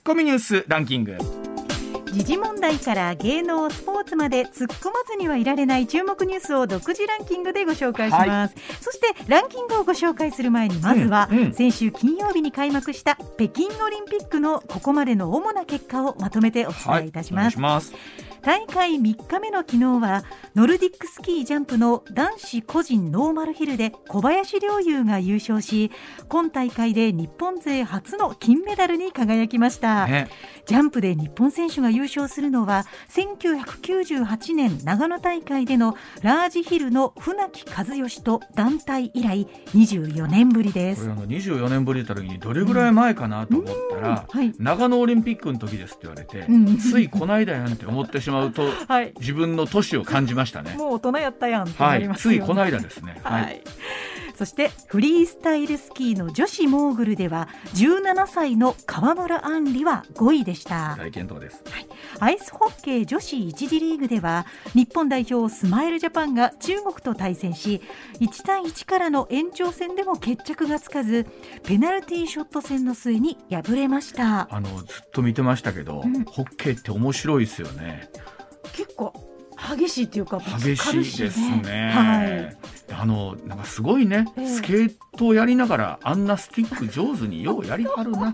コミニュースランキング。 時事問題から芸能スポーツまで突っ込まずにはいられない注目ニュースを独自ランキングでご紹介します、そしてランキングをご紹介する前にまずは、先週金曜日に開幕した北京オリンピックのここまでの主な結果をまとめてお伝えいたします、大会3日目の昨日はノルディックスキージャンプの男子個人ノーマルヒルで小林陵侑が優勝し、今大会で日本勢初の金メダルに輝きました、ジャンプで日本選手が優勝するのは1998年長野大会でのラージヒルの船木和義と団体以来24年ぶりです。 これ24年ぶりだった時にどれぐらい前かなと思ったら、長野オリンピックの時ですって言われて、ついこの間やんって思ってしまうと、自分の年を感じましたね。 もう大人やったやんってなりますよね、 ついこの間ですね、 そしてフリースタイルスキーの女子モーグルでは17歳の川村あんりは5位でした。 大健闘です、 アイスホッケー女子1次リーグでは日本代表スマイルジャパンが中国と対戦し、1対1からの延長戦でも決着がつかず、ペナルティーショット戦の末に敗れました。 ずっと見てましたけど、ホッケーって面白いですよね。 結構激しいっていうか激しいですね、なんかすごいね、スケートをやりながらあんなスティック上手にようやりはるな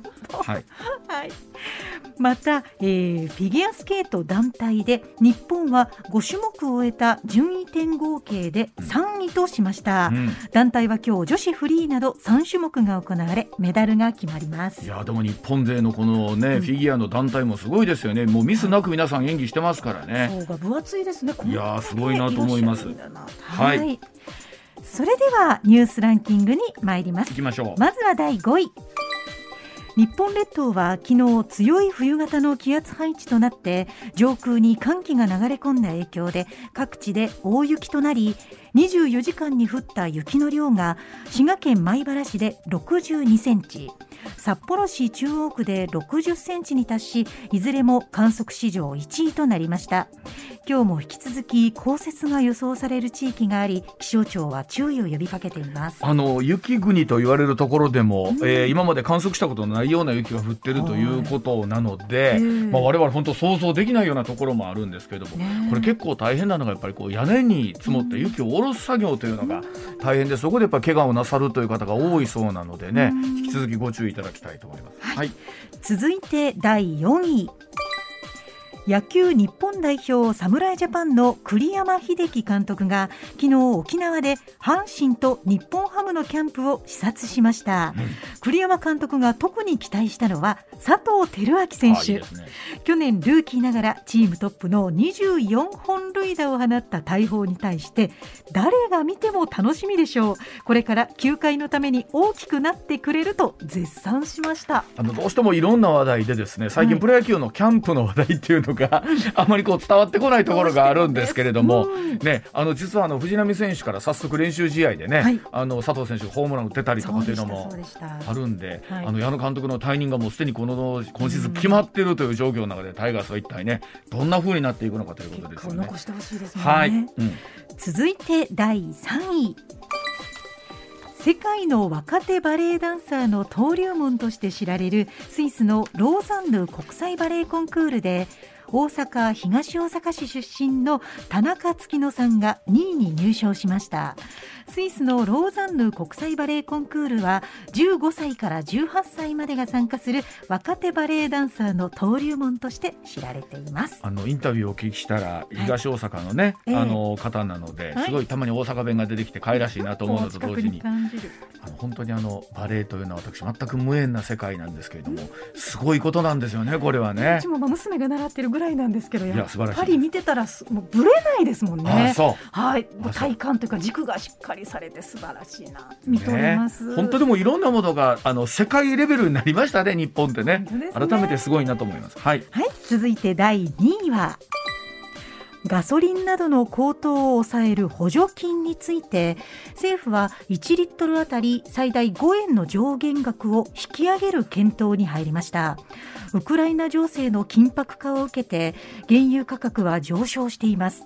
また、フィギュアスケート団体で日本は5種目を終えた順位点合計で3位としました、団体は今日女子フリーなど3種目が行われメダルが決まります。 いやでも日本勢のこのね、フィギュアの団体もすごいですよね。もうミスなく皆さん演技してますからね。 そうが分厚いですね。 いやすごいなと思います。 それではニュースランキングに参ります。 行きましょう。 まずは第5位。日本列島は昨日強い冬型の気圧配置となって上空に寒気が流れ込んだ影響で各地で大雪となり、24時間に降った雪の量が滋賀県米原市で62センチ、札幌市中央区で60センチに達し、いずれも観測史上1位となりました。今日も引き続き降雪が予想される地域があり、気象庁は注意を呼びかけています。 雪国と言われるところでも、今まで観測したことのないような雪が降っているということなので、我々本当想像できないようなところもあるんですけれども、これ結構大変なのがやっぱり屋根に積もった雪を下ろす作業というのが大変で、そこでやっぱり怪我をなさるという方が多いそうなのでね、引き続きご注意いただきたいと思います。 続いて第4位。野球日本代表侍ジャパンの栗山英樹監督が昨日沖縄で阪神と日本ハムのキャンプを視察しました、栗山監督が特に期待したのは佐藤輝明選手。去年ルーキーながらチームトップの24本塁打を放った大砲に対して、誰が見ても楽しみでしょう、これから球界のために大きくなってくれると絶賛しました。 どうしてもいろんな話題でですね、最近プロ野球のキャンプの話題っていうのがあまり伝わってこないところがあるんですけれども、実は藤浪選手から早速練習試合でね、佐藤選手がホームラン打ってたりとかっていうのもあるんで、矢野監督の退任がもうすでに今シーズン決まっているという状況の中で、タイガースは一体ねどんな風になっていくのかということですよね。 残してほしいですね。続いて第3位。世界の若手バレエダンサーの登竜門として知られるスイスのローザンヌ国際バレエコンクールで、大阪東大阪市出身の田中月乃さんが2位に入賞しました。スイスのローザンヌ国際バレエコンクールは15歳から18歳までが参加する若手バレエダンサーの登竜門として知られています。 インタビューをお聞きしたら東大阪のね、方なので、すごいたまに大阪弁が出てきて可愛らしいなと思うのと同時に、本当にバレエというのは私全く無縁な世界なんですけれども、すごいことなんですよね、これはね。 うちも娘が習ってるぐらいなんですけど、やっ素晴らしい。 ぱり見てたらもうブレないですもんね。 体幹というか軸がしっかりされて素晴らしいな、見とれます、 本当でもいろんなものが世界レベルになりましたね、日本ってね。改めてすごいなと思います。 続いて第2位は、ガソリンなどの高騰を抑える補助金について、政府は1リットルあたり最大5円の上限額を引き上げる検討に入りました。ウクライナ情勢の緊迫化を受けて原油価格は上昇しています。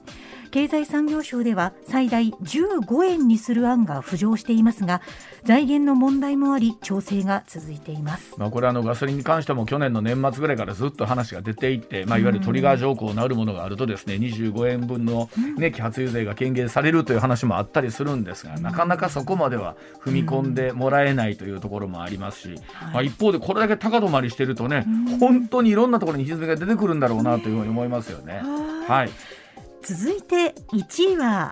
経済産業省では最大15円にする案が浮上していますが、財源の問題もあり調整が続いています。 これガソリンに関しても去年の年末ぐらいからずっと話が出ていて、いわゆるトリガー条項なるものがあるとですね、25円分の、揮発油税が軽減されるという話もあったりするんですが、なかなかそこまでは踏み込んでもらえないというところもありますし、一方でこれだけ高止まりしてるとね、本当にいろんなところに歪みが出てくるんだろうなというふうに思いますよね。はい、 続いて1位は、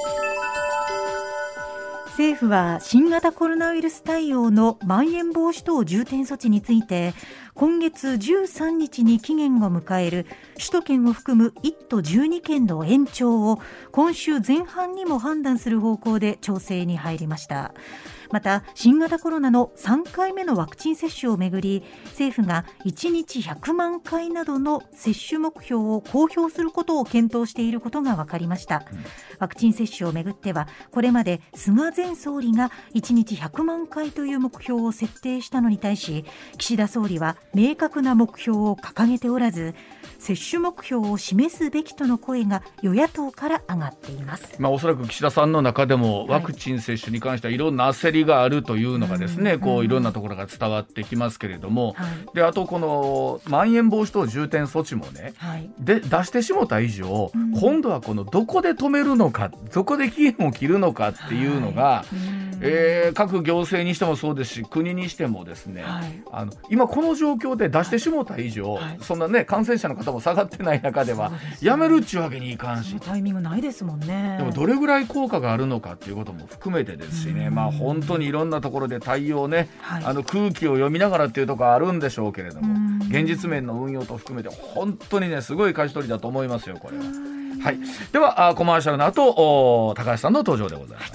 政府は新型コロナウイルス対応のまん延防止等重点措置について、今月13日に期限を迎える首都圏を含む1都12県の延長を今週前半にも判断する方向で調整に入りました。また新型コロナの3回目のワクチン接種をめぐり、政府が1日100万回などの接種目標を公表することを検討していることが分かりました。ワクチン接種をめぐっては、これまで菅前総理が1日100万回という目標を設定したのに対し、岸田総理は明確な目標を掲げておらず、接種目標を示すべきとの声が与野党から上がっています。 おそらく岸田さんの中でもワクチン接種に関してはいろんな焦りがあるというのがですね、いろんなところが伝わってきますけれども、であとこのまん延防止等重点措置もね、で出してしもた以上、今度はこのどこで止めるのか、どこで期限を切るのかっていうのが、各行政にしてもそうですし、国にしてもですね、今この状況で出してしもた以上、そんなね感染者の方も下がってない中ではやめるっちゅうわけにいかんし、 タイミングないですもんね。 でもどれぐらい効果があるのかっていうことも含めてですしね、本当にいろんなところで対応ね、空気を読みながらっていうところあるんでしょうけれども、現実面の運用と含めて本当にねすごい舵取りだと思いますよ、これは。はい、ではコマーシャルの後、高橋さんの登場でございます。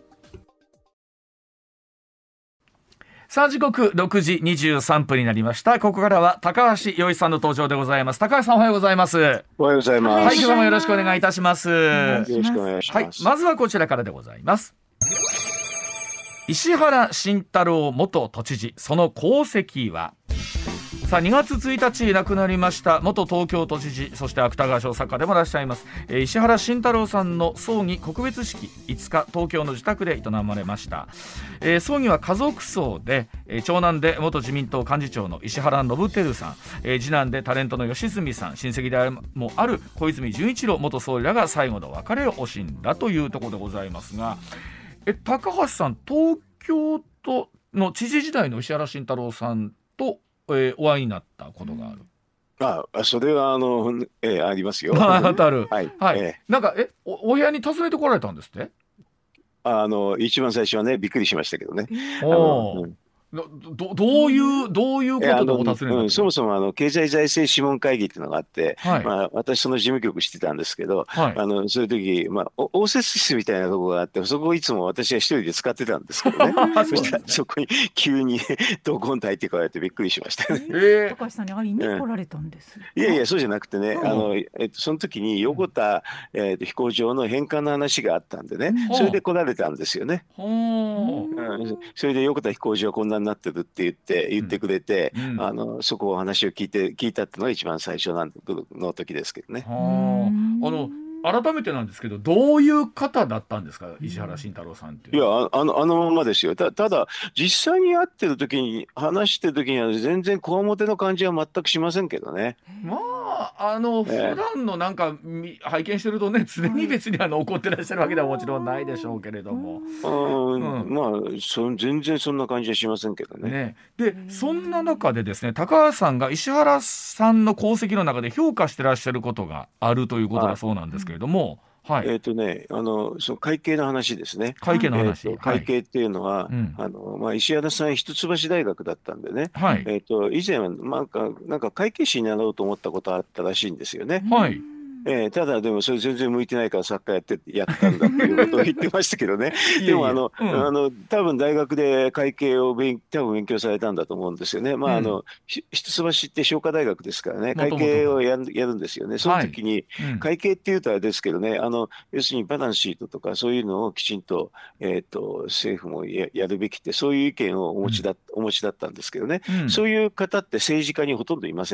さあ時刻6時23分になりました。ここからは高橋洋一さんの登場でございます。高橋さん、おはようございます。 おはようございます。 はい、今日もよろしくお願いいたします。よろしくお願いします。 まずはこちらからでございます。石原慎太郎元都知事、その功績は。さあ2月1日亡くなりました元東京都知事、そして芥川賞作家でもいらっしゃいます、石原慎太郎さんの葬儀告別式、5日東京の自宅で営まれました。葬儀は家族葬で、長男で元自民党幹事長の石原伸晃さん、次男でタレントの吉住さん、親戚でもある小泉純一郎元総理らが最後の別れを惜しんだというところでございますが、高橋さん、東京都の知事時代の石原慎太郎さんとお会いになったことがある。 それはありますよ。 当たる。 はい。 なんかお部屋に訪ねてこられたんですって。 一番最初はねびっくりしましたけどね。 どういうことでお尋ねだったの？ そもそも経済財政諮問会議っていうのがあって、私その事務局してたんですけど、そういう時、応接室みたいなところがあって、そこをいつも私は一人で使ってたんですけどね。そしたらそこに急にドコンと入ってこられてびっくりしましたね。 高橋さんに会いに来られたんです。 いやいや、そうじゃなくてね、その時に横田飛行場の返還の話があったんでね、それで来られたんですよね。それで横田飛行場はこんなになってるって言ってくれて、そこお話を聞いたっていうのが一番最初の時ですけどね。 改めてなんですけど、どういう方だったんですか、石原慎太郎さんっていう。 いや、あのままですよ。ただ実際に会ってる時に話してる時には全然こわもての感じは全くしませんけどね。 普段のなんか拝見してるとね、常に別に怒ってらっしゃるわけではもちろんないでしょうけれども、 全然そんな感じはしませんけどね。 でそんな中でですね、高橋さんが石原さんの功績の中で評価してらっしゃることがあるということだそうなんですけれども、その会計の話ですね。 会計の話。 会計っていうのは、石原さん一橋大学だったんでね。以前はなんか会計士になろうと思ったことあったらしいんですよね。ただでもそれ全然向いてないから作家やったんだっていうことを言ってましたけどね。でも多分大学で会計を多分勉強されたんだと思うんですよね。一橋って商科大学ですからね、会計をやるんですよね。その時に会計っていうとあれですけどね、要するにバランスシートとかそういうのをきちんと政府もやるべきってそういう意見をお持ちだったんですけどね。そういう方って政治家にほとんどいませんね。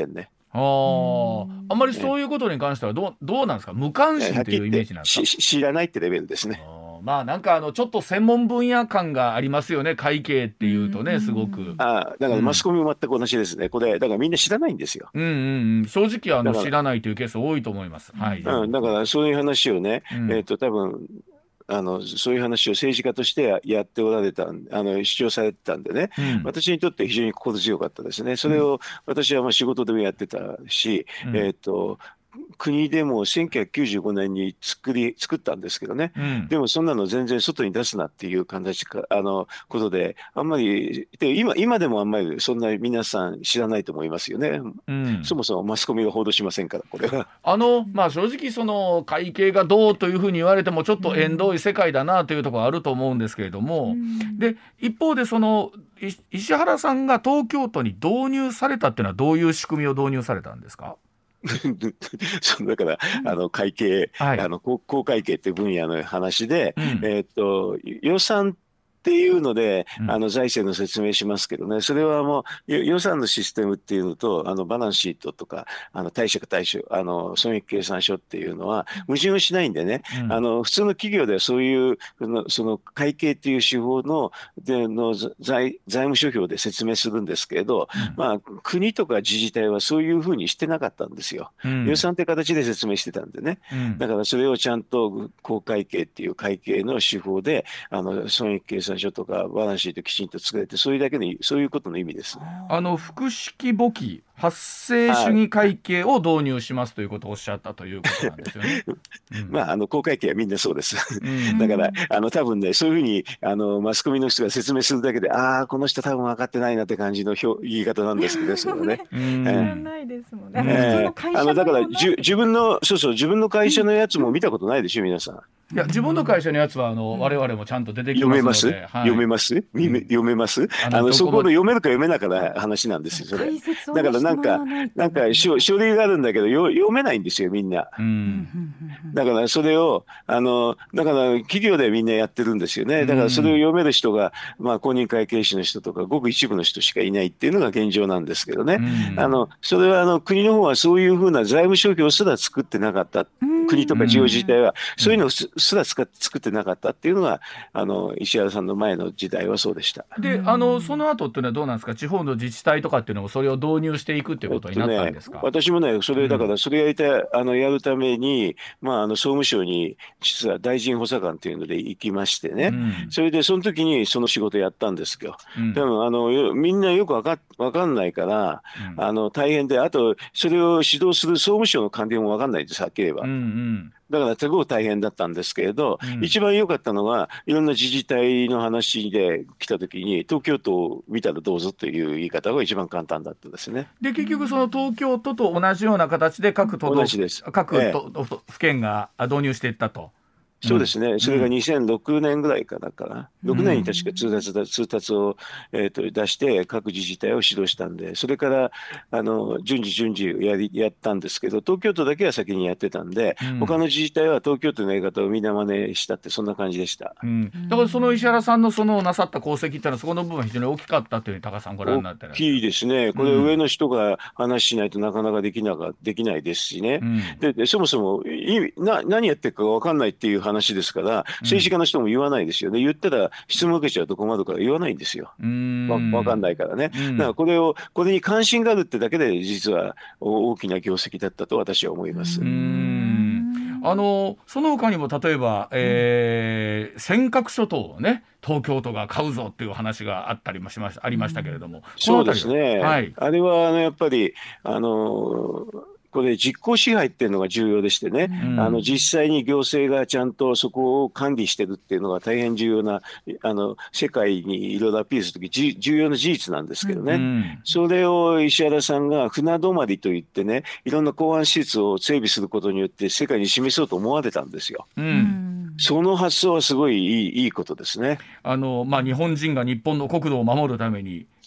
あんまりそういうことに関してはどうなんですか？無関心というイメージなんですか？ 知らないってレベルですね。 まあなんかちょっと専門分野感がありますよね、会計っていうとね、すごく。 だからマスコミも全く同じですね。これだからみんな知らないんですよ。 正直知らないというケース多いと思います。はい。 だからそういう話をね、多分そういう話を政治家としてやっておられた、主張されてたんでね、私にとって非常に心強かったですね。それを私は仕事でもやってたし、国でも1995年に作ったんですけどね、でもそんなの全然外に出すなっていうことで、あんまり今でもあんまりそんな皆さん知らないと思いますよね。そもそもマスコミが報道しませんから、これは。 正直その会計がどうというふうに言われてもちょっと縁遠い世界だなというところあると思うんですけれども、で一方でその石原さんが東京都に導入されたっていうのはどういう仕組みを導入されたんですか？ だから会計、公会計っていう分野の話で、予算っていうので財政の説明しますけどね、それはもう予算のシステムっていうのとバランスシートとか貸借対照損益計算書っていうのは矛盾をしないんでね、普通の企業ではそういうその会計っていう手法の財務諸表で説明するんですけれど、国とか自治体はそういうふうにしてなかったんですよ。予算って形で説明してたんでね、だからそれをちゃんと公会計っていう会計の手法で損益計算書とかバランスシートきちんと作れて、そういうことの意味です。 複式簿記発生主義会計を導入しますということをおっしゃったということなんですよね。 公会計はみんなそうです。だから多分ね、そういうふうにマスコミの人が説明するだけで、この人多分分かってないなって感じの言い方なんですけど、それはね。 知らないですもんね。普通の会社のだから自分の会社のやつも見たことないでしょ、皆さん。 いや、自分の会社のやつは我々もちゃんと出てきますので。 読めます？読めます？そこの読めるか読めなかった話なんですよ、それ。だからなんか書類があるんだけど読めないんですよ、みんな。だからそれをだから企業でみんなやってるんですよね。だからそれを読める人が公認会計士の人とかごく一部の人しかいないっていうのが現状なんですけどね。それは国の方はそういうふうな財務諸表すら作ってなかった。国とか地方自治体はそういうのすら作ってなかったっていうのが石原さんの前の時代はそうでした。 でその後っていうのはどうなんですか？地方の自治体とかっていうのもそれを導入していくっていうことになったんですか？ 私もね、それやるために総務省に実は大臣補佐官っていうので行きましてね、それでその時にその仕事やったんですよ。でもみんなよくわかんないから、大変で、あとそれを指導する総務省の官僚もわかんないです、はっきり言えば。だからすごく大変だったんですけれど、一番良かったのは、いろんな自治体の話で来た時に東京都を見たらどうぞという言い方が一番簡単だったですね。 で結局その東京都と同じような形で各府県が導入していったと。 そうですね、それが2006年ぐらいから6年に確か通達を、出して各自治体を指導したんで、それから順次やったんですけど、東京都だけは先にやってたんで、他の自治体は東京都のやり方をみんな真似したって、そんな感じでした。 だからその石原さんのそのなさった功績っていうのはそこの部分は非常に大きかったというふうに高橋さんご覧になってる。 大きいですね。これ上の人が話しないとなかなかできないですしね。でそもそも何やってるか分かんないっていう話ですから、政治家の人も言わないですよね。言ったら質問受けちゃうと困るから言わないんですよ。分かんないからね。だからこれに関心があるってだけで実は大きな業績だったと私は思います。 その他にも例えば、尖閣諸島をね、東京都が買うぞっていう話がありましたけれども、 そうですね、あれはやっぱりこれ実効支配っていうのが重要でしてね、実際に行政がちゃんとそこを管理してるっていうのが大変重要な世界にいろいろアピールするとき重要な事実なんですけどね、それを石原さんが船泊まりといってね、いろんな港湾施設を整備することによって世界に示そうと思われたんですよ。その発想はすごいいいことですね。 日本人が日本の国土を守るために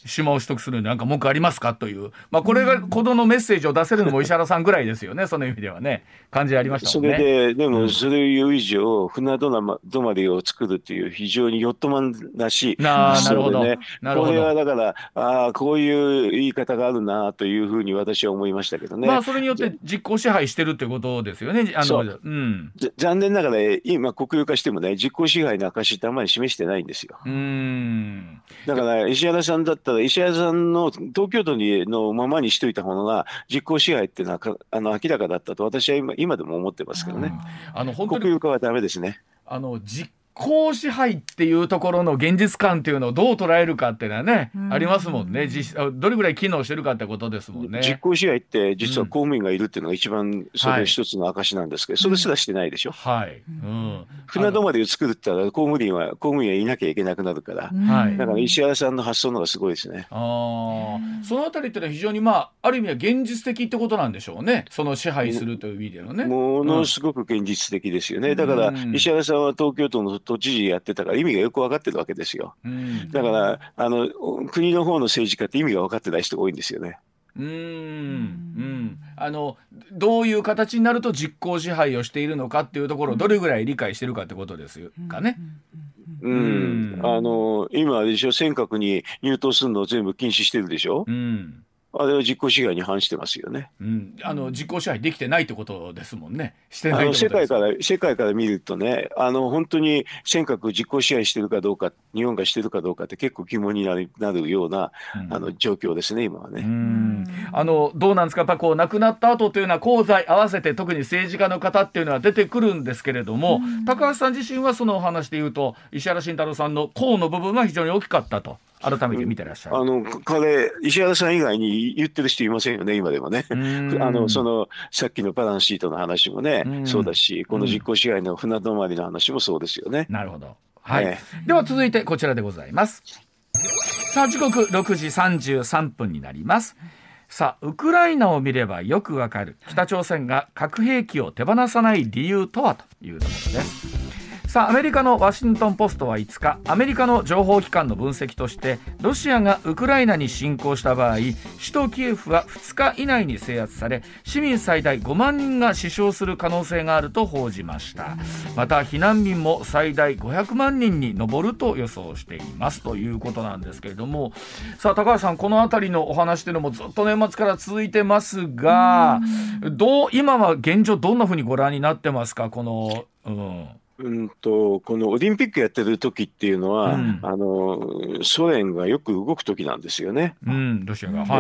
島を取得するのに何か文句ありますかという、これが子供のメッセージを出せるのも石原さんぐらいですよね。その意味ではね、感じありましたもんね。 それででもそれを言う以上、船泊まりを作るっていう非常にヨットマンらしい発想でね、これはだからこういう言い方があるなというふうに私は思いましたけどね。 それによって実効支配してるってことですよね。 残念ながら今国有化してもね、実効支配の証ってあんまり示してないんですよ。だから石原さんだったら、石原さんの東京都のままにしといたものが実効支配っていうのは明らかだったと私は今でも思ってますけどね。国有化はダメですね。 実効支配っていうところの現実感っていうのをどう捉えるかっていうのはね、ありますもんね。どれぐらい機能してるかってことですもんね。 実効支配って実は公務員がいるっていうのが一番それ一つの証なんですけど、それすらしてないでしょ。船泊まりを作るって言ったら公務員はいなきゃいけなくなるから、だから石原さんの発想の方がすごいですね。 そのあたりってのは非常にある意味は現実的ってことなんでしょうね。その支配するという意味でのね、 ものすごく現実的ですよね。だから石原さんは東京都の都知事やってたから意味がよく分かってるわけですよ。だから国の方の政治家って意味が分かってない人が多いんですよね。どういう形になると実効支配をしているのかっていうところをどれぐらい理解してるかってことですかね。 今あれでしょ、尖閣に入島するのを全部禁止してるでしょ。あれは実効支配に反してますよね。 実効支配できてないってことですもんね。してないってことです。世界から見るとね、本当に尖閣実効支配してるかどうか、日本がしてるかどうかって結構疑問になるような、状況ですね、今はね。 どうなんですか、やっぱ亡くなった後というのは功罪合わせて特に政治家の方っていうのは出てくるんですけれども、高橋さん自身はそのお話でいうと石原慎太郎さんの功の部分が非常に大きかったと改めて見てらっしゃる。 石原さん以外に言ってる人いませんよね、今でもね。さっきのバランスシートの話もね、そうだし、この実効支配の船泊まりの話もそうですよね。 なるほど。では続いてこちらでございます。さあ時刻6時33分になります。さあウクライナを見ればよくわかる北朝鮮が核兵器を手放さない理由とはというところです。さあアメリカのワシントンポストは5日、アメリカの情報機関の分析として、ロシアがウクライナに侵攻した場合、首都キエフは2日以内に制圧され、市民最大5万人が死傷する可能性があると報じました。また避難民も最大500万人に上ると予想していますということなんですけれども、さあ高橋さん、このあたりのお話というのもずっと年末から続いてますが、今は現状どんなふうにご覧になってますか。このこのオリンピックやってる時っていうのは、ソ連がよく動く時なんですよね。 ロシアが、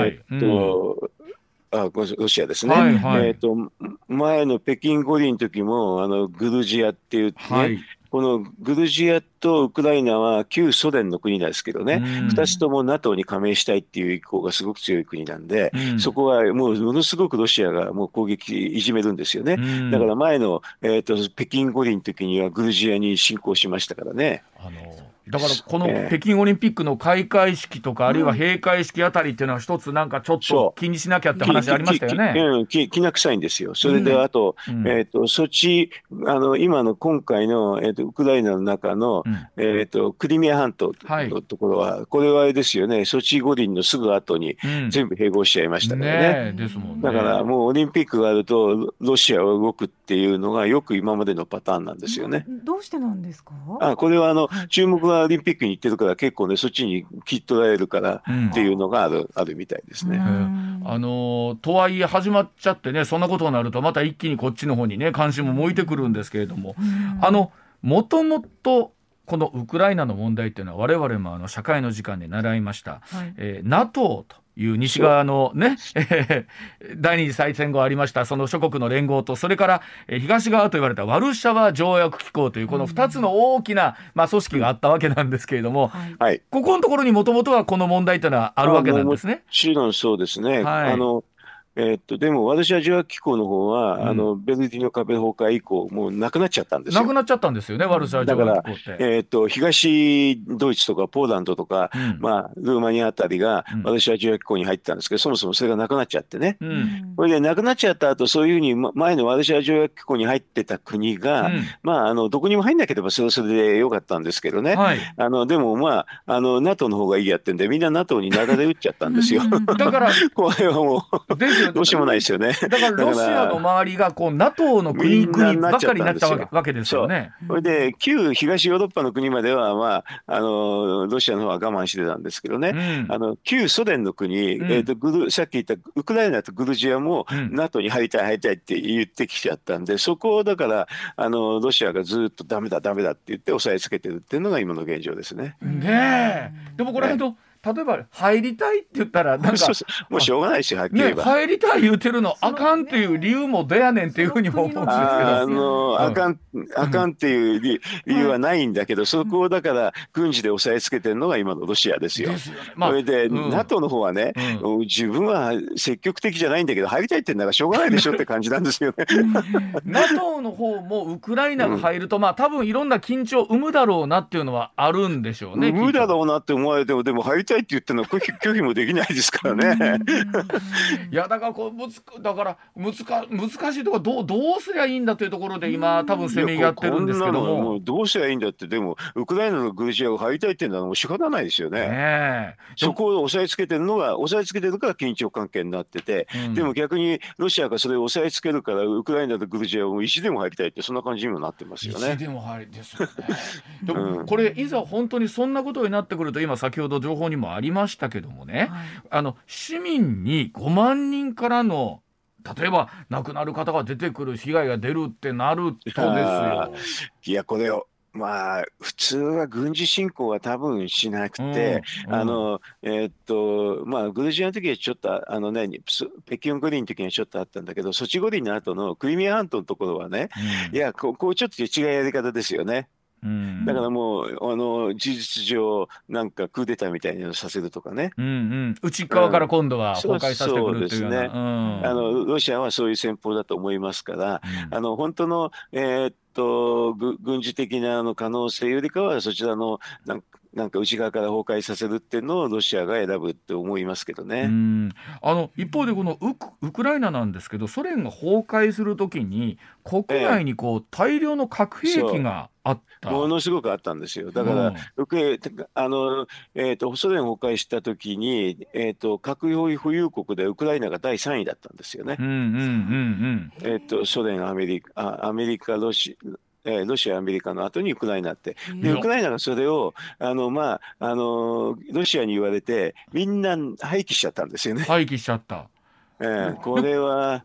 ロシアですね。前の北京五輪の時もグルジアって言ってね、このグルジアとウクライナは旧ソ連の国なんですけどね、2つとも NATO に加盟したいっていう意向がすごく強い国なんで、そこはものすごくロシアがもう攻撃いじめるんですよね。だから前の、北京五輪の時にはグルジアに侵攻しましたからね。 だからこの北京オリンピックの開会式とか、あるいは閉会式あたりっていうのは一つなんかちょっと気にしなきゃって話ありましたよね。 きな臭いんですよ。それであと、ソチ今回の、ウクライナの中の、クリミア半島のところは、これはあれですよね、ソチ五輪のすぐ後に全部併合しちゃいましたからね。だからもうオリンピックがあるとロシアは動くっていうのがよく今までのパターンなんですよね。 どうしてなんですか。 これは注目がオリンピックに行ってるから結構ね、そっちに切っ取られるからっていうのがあるみたいですね。 とはいえ始まっちゃってね、そんなことになるとまた一気にこっちの方にね関心も向いてくるんですけれども、もともとこのウクライナの問題っていうのは我々も社会の時間で習いました、NATO という西側のね第二次大戦後ありましたその諸国の連合と、それから東側と言われたワルシャワ条約機構というこの2つの大きな、組織があったわけなんですけれども、ここのところにもともとはこの問題というのはあるわけなんですね。 もちろんそうですね。 でもワルシャワ条約機構の方は、ベルリンの壁崩壊以降、もうなくなっちゃったんですよ。 なくなっちゃったんですよね、ワルシャワ条約機構って。 東ドイツとかポーランドとか、ルーマニアあたりがワルシャワ条約機構に入ったんですけど、そもそもそれがなくなっちゃってね。それでなくなっちゃった後、そういうふうに前のワルシャワ条約機構に入ってた国が、どこにも入んなければそれはそれでよかったんですけどね。でもNATO の方がいいやってんで、みんな NATO に流れ打っちゃったんですよ。だから、これはもう、どうしようもないですよね。 だからロシアの周りがNATO の国々ばっかりになっちゃうわけですよね。 それで旧東ヨーロッパの国までは、ロシアの方は我慢してたんですけどね、旧ソ連の国、さっき言ったウクライナとグルジアも NATO に入りたいって言ってきちゃったんで、そこをだからロシアがずっとダメだって言って押さえつけてるっていうのが今の現状ですね。 でもこれ例えば入りたいって言ったらなんかもうしょうがないですよ、はっきり言えば。 入りたい言うてるのあかんっていう理由もどやねんっていうふうにも思うんですけど、 あかんっていう理由はないんだけど、そこをだから軍事で押さえつけてるのが今のロシアですよ。それで NATO の方はね、自分は積極的じゃないんだけど入りたいって言うならしょうがないでしょって感じなんですよね。 NATO の方もウクライナが入ると、多分いろんな緊張を生むだろうなっていうのはあるんでしょうね。 生むだろうなって思われても、でも入りたいって言ってるのは拒否もできないですからね。 いやだから難しいところどうすりゃいいんだというところで今多分せめぎ合ってるんですけども、 どうすりゃいいんだって、でもウクライナのグルジアが入りたいっていうのはもう仕方ないですよね。そこを押さえつけてるから緊張関係になってて、でも逆にロシアがそれを押さえつけるからウクライナとグルジアを石でも入りたいって、そんな感じにもなってますよね。 石でも入りですよね。でもこれいざ本当にそんなことになってくると、今先ほど情報にもありましたけどもね、市民に5万人からの例えば亡くなる方が出てくる、被害が出るってなるとですよ。 いやこれを普通は軍事侵攻は多分しなくて、グルジアの時はちょっと北京五輪の時にはちょっとあったんだけど、ソチ五輪の後のクリミア半島のところはね、いやこうちょっと違うやり方ですよね。だからもう事実上なんかクーデターみたいなのをさせるとかね、 内側から今度は崩壊させてくるっていうような、 ロシアはそういう戦法だと思いますから、本当の軍事的な可能性よりかはそちらのなんか内側から崩壊させるっていうのをロシアが選ぶって思いますけどね。 一方でこのウクライナなんですけど、ソ連が崩壊するときに国内に大量の核兵器があった、 ものすごくあったんですよ。だからソ連崩壊したときに、核保有国でウクライナが第3位だったんですよね。ソ連、アメリカ、ロシア、アメリカの後にウクライナって。で、ウクライナがそれを、ロシアに言われて、みんな廃棄しちゃったんですよね。 廃棄しちゃった。 これは、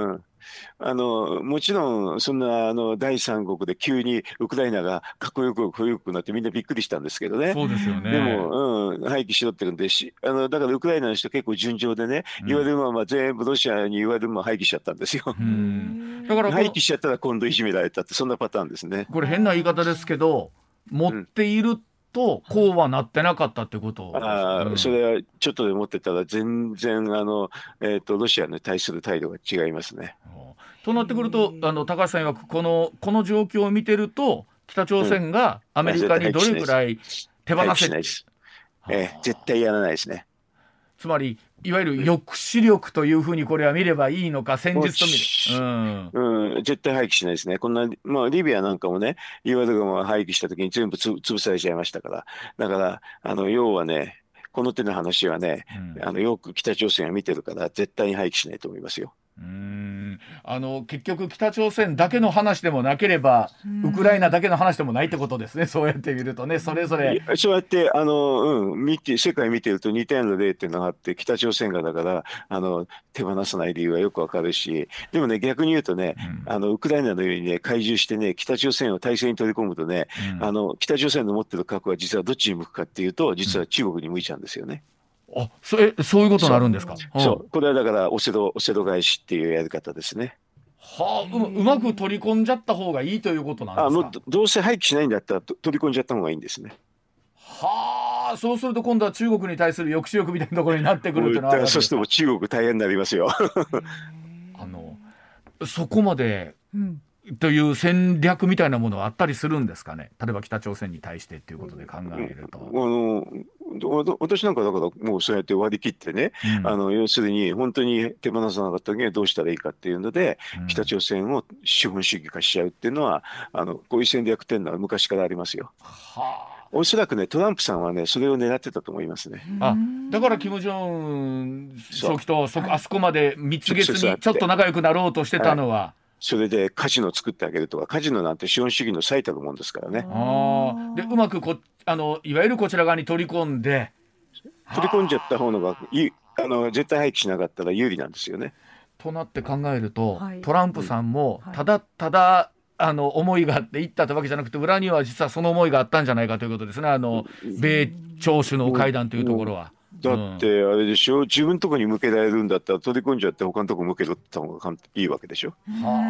もちろん、そんな第三国で急にウクライナが核保有国になってみんなびっくりしたんですけどね。 そうですよね。 でも、廃棄しろってるんでだからウクライナの人結構順調でね、言われるまま全部ロシアに言われるまま廃棄しちゃったんですよ。だから廃棄しちゃったら今度いじめられたって、そんなパターンですね。 これ変な言い方ですけど、持っているとこうはなってなかったってことそれはちょっとで持ってたら全然ロシアに対する態度が違いますね。 となってくると高橋さん曰くこの状況を見てると、北朝鮮がアメリカにどれくらい手放せないです。 絶対やらないですね。 つまりいわゆる抑止力というふうにこれは見ればいいのか、戦術と見る。 絶対廃棄しないですね。こんな、リビアなんかもね、いわゆる廃棄した時に全部潰されちゃいましたから。だから要はね、この手の話はね、よく北朝鮮が見てるから絶対に廃棄しないと思いますよ。 結局北朝鮮だけの話でもなければウクライナだけの話でもないってことですね。そうやって見るとね、それぞれそうやって世界見てると似たような例っていうのがあって、北朝鮮がだから手放さない理由はよくわかるし、でもね逆に言うとね、ウクライナのようにね懐柔してね北朝鮮を体制に取り込むとね、北朝鮮の持ってる核は実はどっちに向くかっていうと、実は中国に向いちゃうんですよね。 そういうことになるんですか。 これはだからオセロ返しっていうやり方ですね。 うまく取り込んじゃった方がいいということなんですか。 どうせ廃棄しないんだったら取り込んじゃった方がいいんですね。 はあ、そうすると今度は中国に対する抑止力みたいなところになってくるっていうのはあるわけですか。 そうするとも中国大変になりますよ。 そこまで、という戦略みたいなものはあったりするんですかね。例えば北朝鮮に対してっていうことで考えると。 私なんかだからもうそうやって割り切ってね、要するに本当に手放さなかった時にはどうしたらいいかっていうので、北朝鮮を資本主義化しちゃうっていうのはこういう戦略っていうのは昔からありますよ。おそらくね、トランプさんはね、それを狙ってたと思いますね。 だから金正恩総書記とあそこまで蜜月にちょっと仲良くなろうとしてたのは、 それでカジノ作ってあげるとか、カジノなんて資本主義の最たるもんですからね。 でうまくいわゆるこちら側に取り込んじゃった方のが絶対廃棄しなかったら有利なんですよね。 となって考えると、トランプさんもただただ思いがあって行ったってわけじゃなくて、裏には実はその思いがあったんじゃないかということですね。米朝首脳会談というところは。 だってあれでしょ、自分のとこに向けられるんだったら取り込んじゃって他のとこ向けろって方がいいわけでしょ。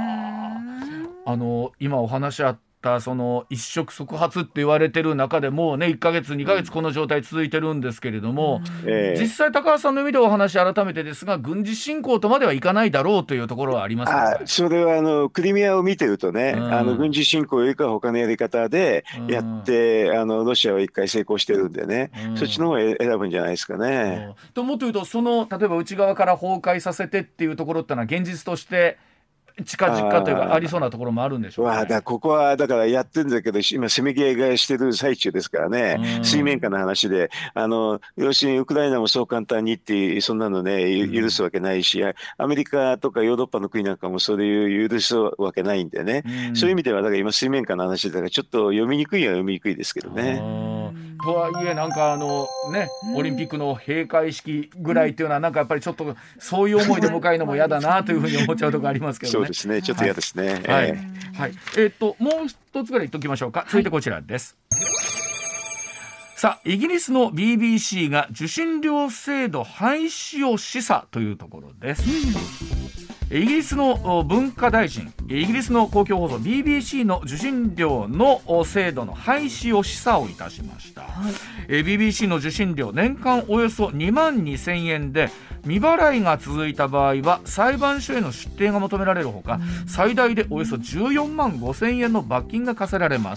今お話あったその一触即発って言われてる中でもうね、1ヶ月2ヶ月この状態続いてるんですけれども、実際高橋さんの意味でお話改めてですが、軍事侵攻とまではいかないだろうというところはありますか。 それはクリミアを見てるとね、軍事侵攻よりかは他のやり方でやって、ロシアは一回成功してるんでね、そっちの方を選ぶんじゃないですかね。 ともっと言うと、例えば内側から崩壊させてっていうところってのは現実として近々というかありそうなところもあるんでしょうかね。 ここはだからやってるんだけど、今せめぎ合いがしてる最中ですからね、水面下の話で要するにウクライナもそう簡単にってそんなのね許すわけないし、アメリカとかヨーロッパの国なんかもそれを許すわけないんでね、そういう意味ではだから今水面下の話だからちょっと読みにくいは読みにくいですけどね。 とはいえなんかオリンピックの閉会式ぐらいっていうのはなんかやっぱりちょっとそういう思いで迎えるのも嫌だなというふうに思っちゃうところありますけどね。 そうですね、ちょっと嫌ですね。 もう一つぐらい言っときましょうか。続いてこちらです。さあ、イギリスの BBC が受信料制度廃止を示唆というところです。イギリスの文化大臣、イギリスの公共放送 BBC の受信料の制度の廃止を示唆をいたしました。BBC の受信料年間およそ2万2000円で、未払いが続いた場合は裁判所への出廷が求められるほか、最大でおよそ14万5000円の罰金が課せられます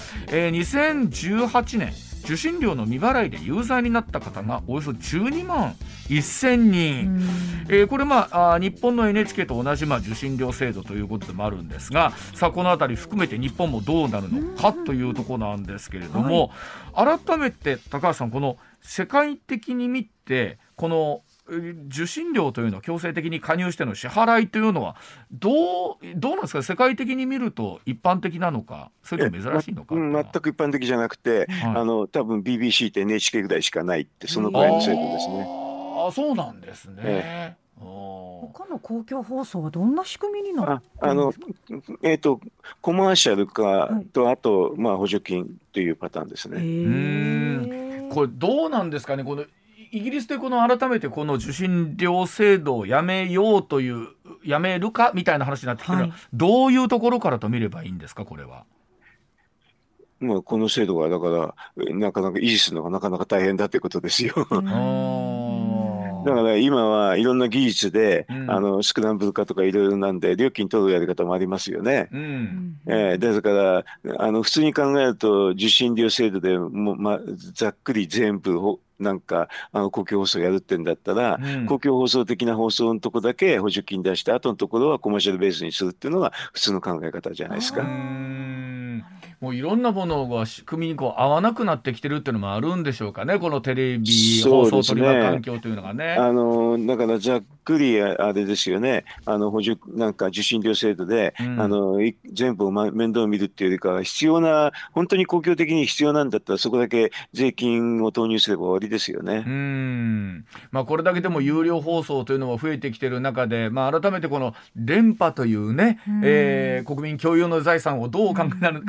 。2018年受信料の未払いで有罪になった方がおよそ12万1000人、これ日本の NHK と同じ受信料制度ということでもあるんですが、さあこのあたり含めて日本もどうなるのかというところなんですけれども、改めて高橋さん、この世界的に見てこの受信料というのを強制的に加入しての支払いというのはどうなんですか。世界的に見ると一般的なのか、それとも珍しいのか。 全く一般的じゃなくて、多分 BBC って NHK ぐらいしかないって、そのくらいの制度ですね。 そうなんですね。 他の公共放送はどんな仕組みになってるんですか。 コマーシャルかと、あと補助金というパターンですね。これどうなんですかね。このイギリスで改めてこの受信料制度をやめようという、やめるかみたいな話になってきてるのは、どういうところからと見ればいいんですか、これは。 この制度がだからなかなか維持するのがなかなか大変だということですよ。だから今はいろんな技術で、スクランブル化とかいろいろなんで料金取るやり方もありますよね。ですから普通に考えると受信料制度でざっくり全部なんか公共放送やるってんだったら、公共放送的な放送のとこだけ補助金出して後のところはコマーシャルベースにするっていうのが普通の考え方じゃないですか。 もういろんなものが仕組みに合わなくなってきてるっていうのもあるんでしょうかね、このテレビ放送取り巻く環境というのがね。 だからざっくりあれですよね、なんか受信料制度で、全部を面倒を見るっていうよりかは、必要な、本当に公共的に必要なんだったらそこだけ税金を投入すれば終わりですよね。 これだけでも有料放送というのも増えてきている中で、改めてこの電波というね、国民共有の財産をどう考えるのか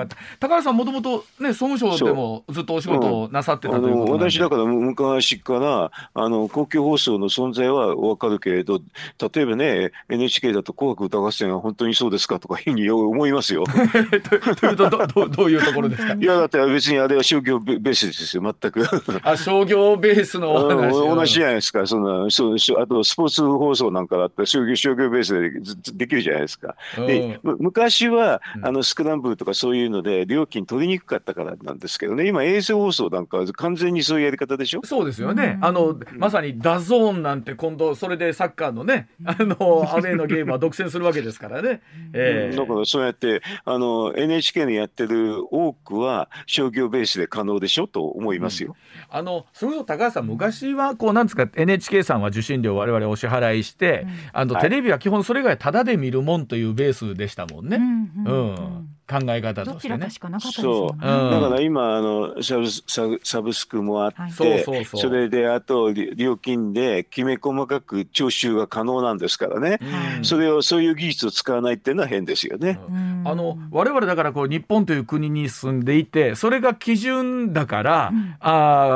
かって、高橋さんもともとね総務省でもずっとお仕事をなさってたということなんで、 私だから昔から公共放送の存在は分かるけれど、例えばね NHK だと紅白歌合戦は本当にそうですかとかいうふうに思いますよ。 というとどういうところですか。 いやだって別にあれは商業ベースですよ全く。 商業ベースのお話同じじゃないですか。あとスポーツ放送なんかだったら商業ベースでできるじゃないですか。で昔はスクランブルとかそういうので料金取りにくかったからなんですけどね、今衛星放送なんかは完全にそういうやり方でしょ。 そうですよね。まさにダゾーンなんて今度それでサッカーのねアウェーのゲームは独占するわけですからね。 だからそうやってNHK のやってる多くは商業ベースで可能でしょと思いますよ。 それこそ高橋さん昔はこうなんですか NHK さんは受信料を我々お支払いして、テレビは基本それ以外タダで見るもんというベースでしたもんね。考え方としてね。 そうだから今サブスクもあって、それであと料金できめ細かく徴収が可能なんですからね。そういう技術を使わないっていうのは変ですよね。 我々だからこう日本という国に住んでいてそれが基準だから、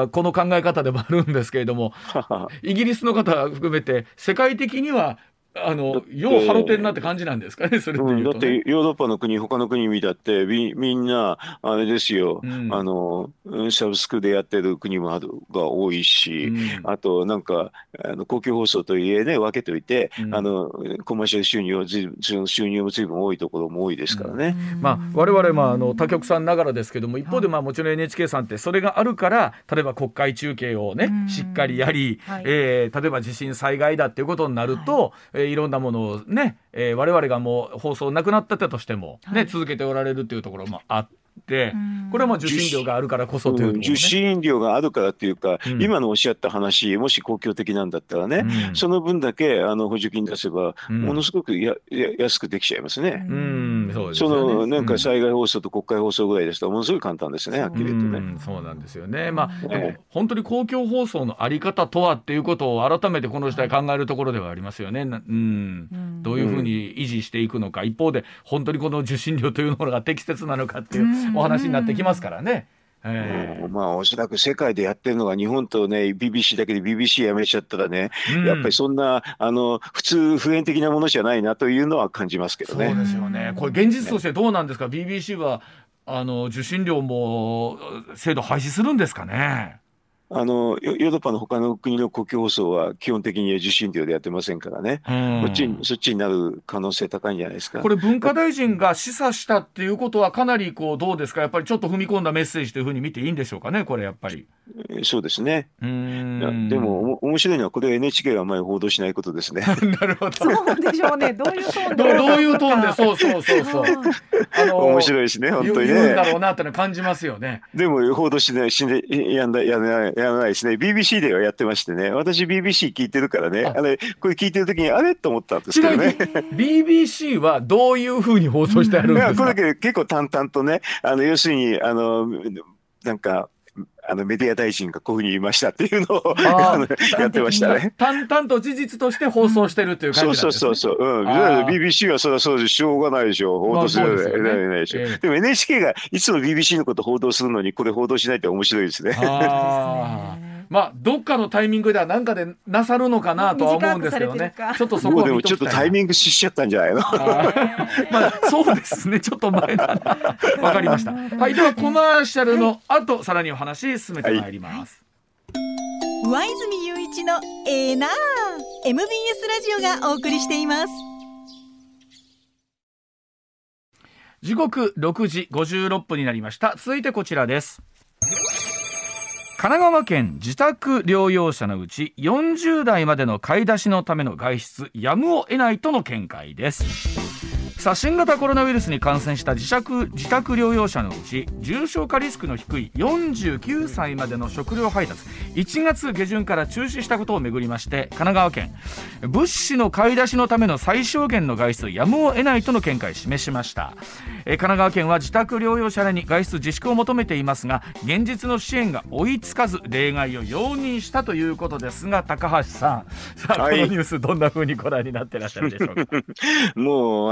この考え方でもあるんですけれどもイギリスの方含めて世界的にはようハロテンなって感じなんですかね。それで言うとね。 だってヨーロッパの国他の国見たってみんなあれですよ、サブスクでやってる国もが多いし、あとなんか公共放送といえね分けておいて、コマーシャル収入も随分多いところも多いですからね。 我々も他局さんながらですけども一方でもちろん NHK さんってそれがあるから例えば国会中継をねしっかりやり、例えば地震災害だっていうことになると、いろんなものをね、我々がもう放送なくなったとしても、ね続けておられるというところもあって、これはもう受信料があるからこそというところ、ね、 受信料があるからっていうか、今のおっしゃった話もし公共的なんだったらね、その分だけ補助金出せばものすごく安くできちゃいますね。 そうですよね。 なんか災害放送と国会放送ぐらいですとものすごい簡単ですね、はっきり言ってね。 そうなんですよね。でも本当に公共放送のあり方とはっていうことを改めてこの時代考えるところではありますよね。どういうふうに維持していくのか、一方で本当にこの受信料というものが適切なのかっていうお話になってきますからね。 おそらく世界でやってるのが日本とね BBC だけで BBC やめちゃったらね、やっぱりそんな普通普遍的なものじゃないなというのは感じますけどね。 そうですよね。これ現実としてどうなんですか。BBC は受信料も制度廃止するんですかね。 ヨーロッパの他の国の公共放送は基本的に受信料でやってませんからね、そっちになる可能性高いんじゃないですか。 これ文化大臣が示唆したっていうことはかなりこうどうですか。やっぱりちょっと踏み込んだメッセージというふうに見ていいんでしょうかね。これやっぱりそうですね。でも面白いのはこれ NHK があまり報道しないことですね。 なるほど。 そうでしょうね。どういうトーンでどういうトーンでそう面白いですね本当にね。 言うんだろうなっての感じますよね。 でも報道しないやらないですね。BBC ではやってましてね、私 BBC 聞いてるからね、これ聞いてる時にあれと思ったんですけどね。 BBC はどういうふうに放送してあるんですか。 これ結構淡々とね、要するになんかメディア大臣がこういうふうに言いましたっていうのをやってましたね。 淡々と事実として放送してるっていう感じなんですね。 そう、BBC はそれはそうでしょうがないでしょう、報道するないでしょ。でも NHK がいつも BBC のこと報道するのにこれ報道しないって面白いですね。 どっかのタイミングでは何かでなさるのかなとは思うんですけどね。ちょっとそこはでもちょっとタイミングしちゃったんじゃないの。 そうですね。ちょっと前だな。わかりました。はい、ではコマーシャルの後さらにお話進めてまいります。 上泉雄一のな MBS ラジオがお送りしています。 時刻6時56分になりました。続いてこちらです。神奈川県自宅療養者のうち40代までの買い出しのための外出やむを得ないとの見解です。新型コロナウイルスに感染した自宅療養者のうち重症化リスクの低い49歳までの食料配達1月下旬から中止したことをめぐりまして、神奈川県物資の買い出しのための最小限の外出やむを得ないとの見解を示しました。神奈川県は自宅療養者らに外出自粛を求めていますが、現実の支援が追いつかず例外を容認したということですが、高橋さん、このニュースどんな風にご覧になってらっしゃるでしょうか。 もう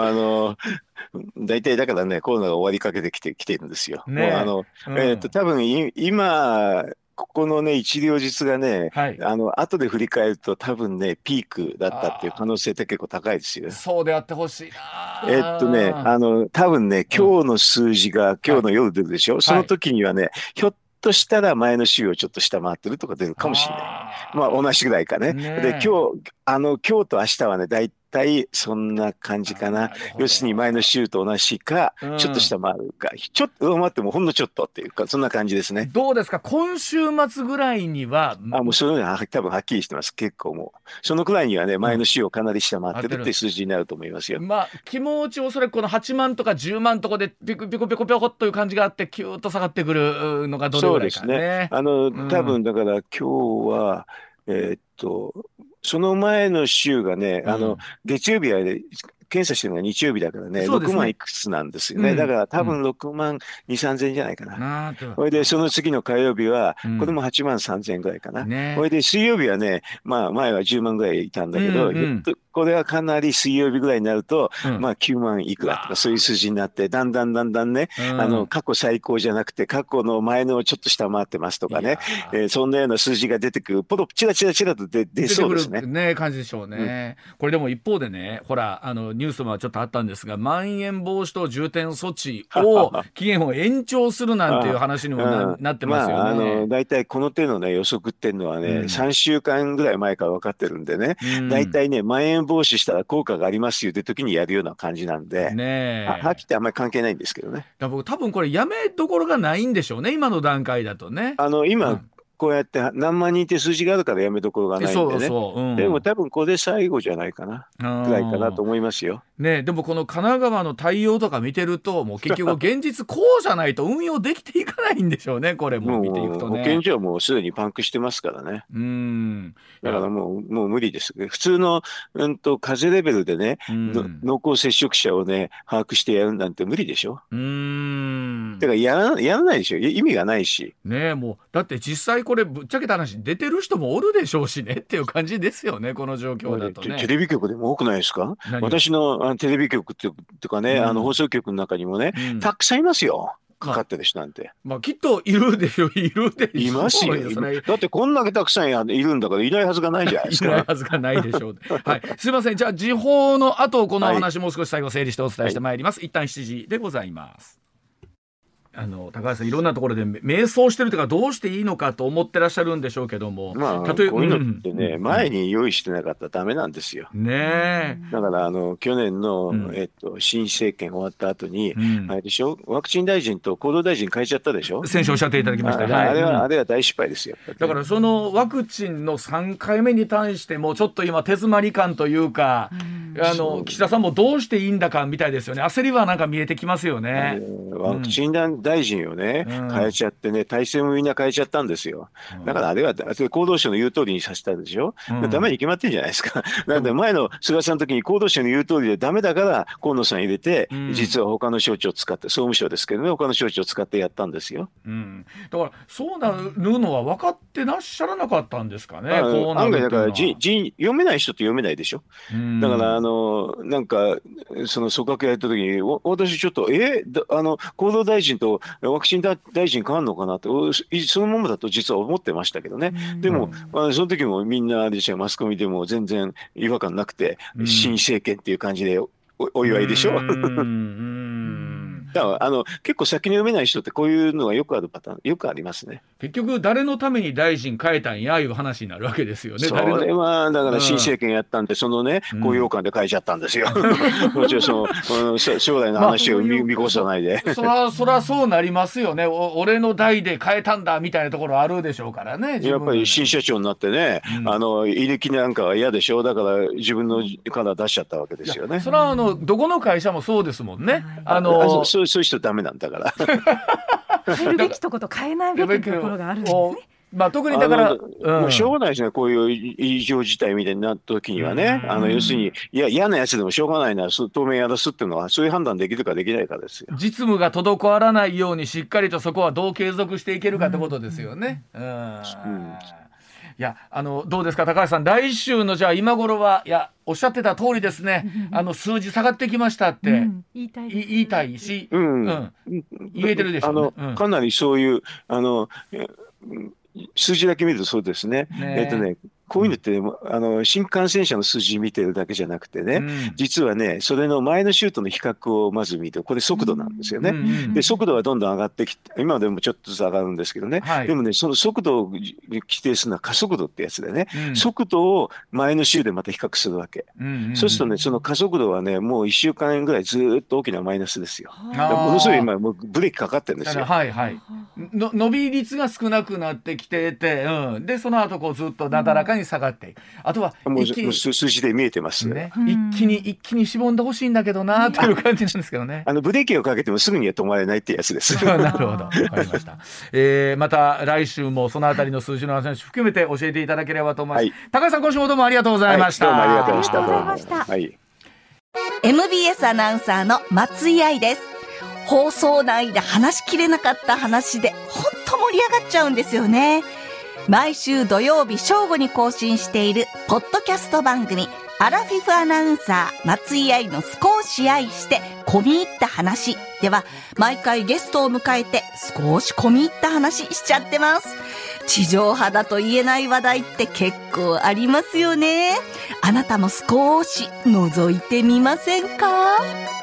大体だからね、コロナが終わりかけてきてるんですよ。 ね、 もう多分今、ここのね、一両日がね、はい、後で振り返ると多分ね、ピークだったっていう可能性って結構高いですよ。 そうであってほしいな。多分ね、今日の数字が今日の夜出るでしょ、はい、その時にはね、ひょっとしたら前の週をちょっと下回ってるとか出るかもしれない。まあ同じぐらいかね。で、今日と明日はね、大体そんな感じかな。要するに前の週と同じか、ちょっと下回るか、ちょっと上回ってもほんのちょっとっていうか、そんな感じですね。 どうですか、今週末ぐらいには。 もうそれは多分はっきりしてます。結構もう。そのくらいにはね、前の週をかなり下回ってるっていう数字になると思いますよ。 まあ、気持ちおそらくこの8万とか10万とかでピコピコピコピコという感じがあって、キューッと下がってくるのがどれぐらいかね。そうですね。多分だから今日は、その前の週がね、月曜日は検査してるのが日曜日だからね、6万いくつなんですよね。だから多分6万2、3000円じゃないかな。それで、その次の火曜日は、これも8万3000円ぐらいかな。それで、水曜日はね、まあ前は10万ぐらいいたんだけど、これはかなり水曜日ぐらいになると、まあ9万いくらとかそういう数字になって、だんだんね、過去最高じゃなくて、過去の前のをちょっと下回ってますとかね、そんなような数字が出てくる、チラチラと出そうですね。感じでしょうね。これでも一方でね、ほら、ニュースもちょっとあったんですが、まん延防止等重点措置を期限を延長するなんていう話にもなってますよね。 大体この手のね、予測っていうのはね、3週間ぐらい前から分かってるんでね、大体ね、まん延防止したら効果がありますよって時にやるような感じなんで、はっきりあんまり関係ないんですけどね。 多分これやめどころがないんでしょうね、今の段階だとね。 今、こうやって何万人って数字があるからやめどころがないんでね。でも多分これで最後じゃないかなぐらいかなと思いますよ。 ね、でもこの神奈川の対応とか見てると、もう結局現実こうじゃないと運用できていかないんでしょうね、これも見ていくとね。 保健所はもうすでにパンクしてますからね。だからもう無理です。普通の、風邪レベルでね、濃厚接触者をね、把握してやるなんて無理でしょ。だからやらないでしょ。意味がないし。 ね、もうだって実際これぶっちゃけた話出てる人もおるでしょうしねっていう感じですよね、この状況だとね。 テレビ局でも多くないですか？私のテレビ局っていうかね、放送局の中にもね、たくさんいますよ。かかってる人なんて。 まあきっといるでしょ。 いますよ。だってこんだけたくさんいるんだからいないはずがないじゃないですか。 いないはずがないでしょう。はい。すいません。じゃあ時報の後この話もう少し最後整理してお伝えしてまいります。一旦7時でございます。高橋さん、いろんなところで迷走してるというか、どうしていいのかと思ってらっしゃるんでしょうけども、 例えばこういうのってね、前に用意してなかったらダメなんですよ。 ね、 だから去年の、新政権終わった後に、あれでしょ、ワクチン大臣と厚労大臣変えちゃったでしょ。 先週おっしゃっていただきましたね。 あれは大失敗ですよ。 だからそのワクチンの3回目に対してもちょっと今手詰まり感というか、岸田さんもどうしていいんだかみたいですよね。焦りはなんか見えてきますよね。 ワクチン大臣をね、変えちゃってね、体制もみんな変えちゃったんですよ。だからあれは厚労省の言う通りにさせたでしょ。ダメに決まってるじゃないですか。なんで前の菅さんの時に厚労省の言う通りでダメだから河野さん入れて、実は他の省庁を使って、総務省ですけどね、他の省庁を使ってやったんですよ。 だからそうなるのは分かってらっしゃらなかったんですかね。 案外だから読めない人って読めないでしょ。だからなんかその組閣やった時に私ちょっと厚労大臣とワクチン大臣変わるのかなってそのままだと実は思ってましたけどね。でも、その時もみんなあれでしょ、マスコミでも全然違和感なくて、新政権っていう感じで お祝いでしょ。だから結構先に読めない人ってこういうのがよくあるパターンよくありますね。 結局誰のために大臣変えたんやいう話になるわけですよね。 それはだから新政権やったんで、そのね高揚感で変えちゃったんですよ。もちろん将来の話を見越さないで。 そらそうなりますよね。俺の代で変えたんだみたいなところあるでしょうからね。 やっぱり新社長になってね、入れ気なんかは嫌でしょ。だから自分のから出しちゃったわけですよね。 それはどこの会社もそうですもんね。 そういう人ダメなんだから。 変えるべきとこと変えないべきところがあるんですね。 特にだからもうしょうがないですね。こういう異常事態みたいになった時にはね、要するに嫌なやつでもしょうがないな、当面やらすっていうのはそういう判断できるかできないかですよ。 実務が滞らないようにしっかりとそこはどう継続していけるかってことですよね。 やどうですか高橋さん、来週のじゃあ今頃は、いやおっしゃってた通りですね、数字下がってきましたって、言いたいし、言えてるでしょうね。 かなりそういう数字だけ見るとそうですね。こういうのって新幹線車の数字見てるだけじゃなくてね、実はね、それの前の週との比較をまず見て、これ速度なんですよね。で、速度はどんどん上がってきて、今でもちょっとずつ上がるんですけどね、でもね、その速度を規定するのは加速度ってやつでね、速度を前の週でまた比較するわけ。そうするとね、その加速度はね、もう1週間ぐらいずっと大きなマイナスですよ。ものすごい今、もうブレーキかかってるんですよ。 伸び率が少なくなってきてて、で、その後こうずっとなだらかに下がって、あとはもう数字で見えてますね。一気にしぼんでほしいんだけどなという感じなんですけどね。 ブレーキをかけてもすぐには止まれないってやつです。 なるほど、わかりました。また来週もそのあたりの数字の話含めて教えていただければと思います。高橋さん、今週もどうもありがとうございました。 どうもありがとうございました。 MBS アナウンサーの松井愛です。放送内で話しきれなかった話で本当盛り上がっちゃうんですよね。毎週土曜日正午に更新しているポッドキャスト番組、アラフィフアナウンサー松井愛の少し愛して込み入った話では、毎回ゲストを迎えて少し込み入った話しちゃってます。地上波だと言えない話題って結構ありますよね。あなたも少し覗いてみませんか？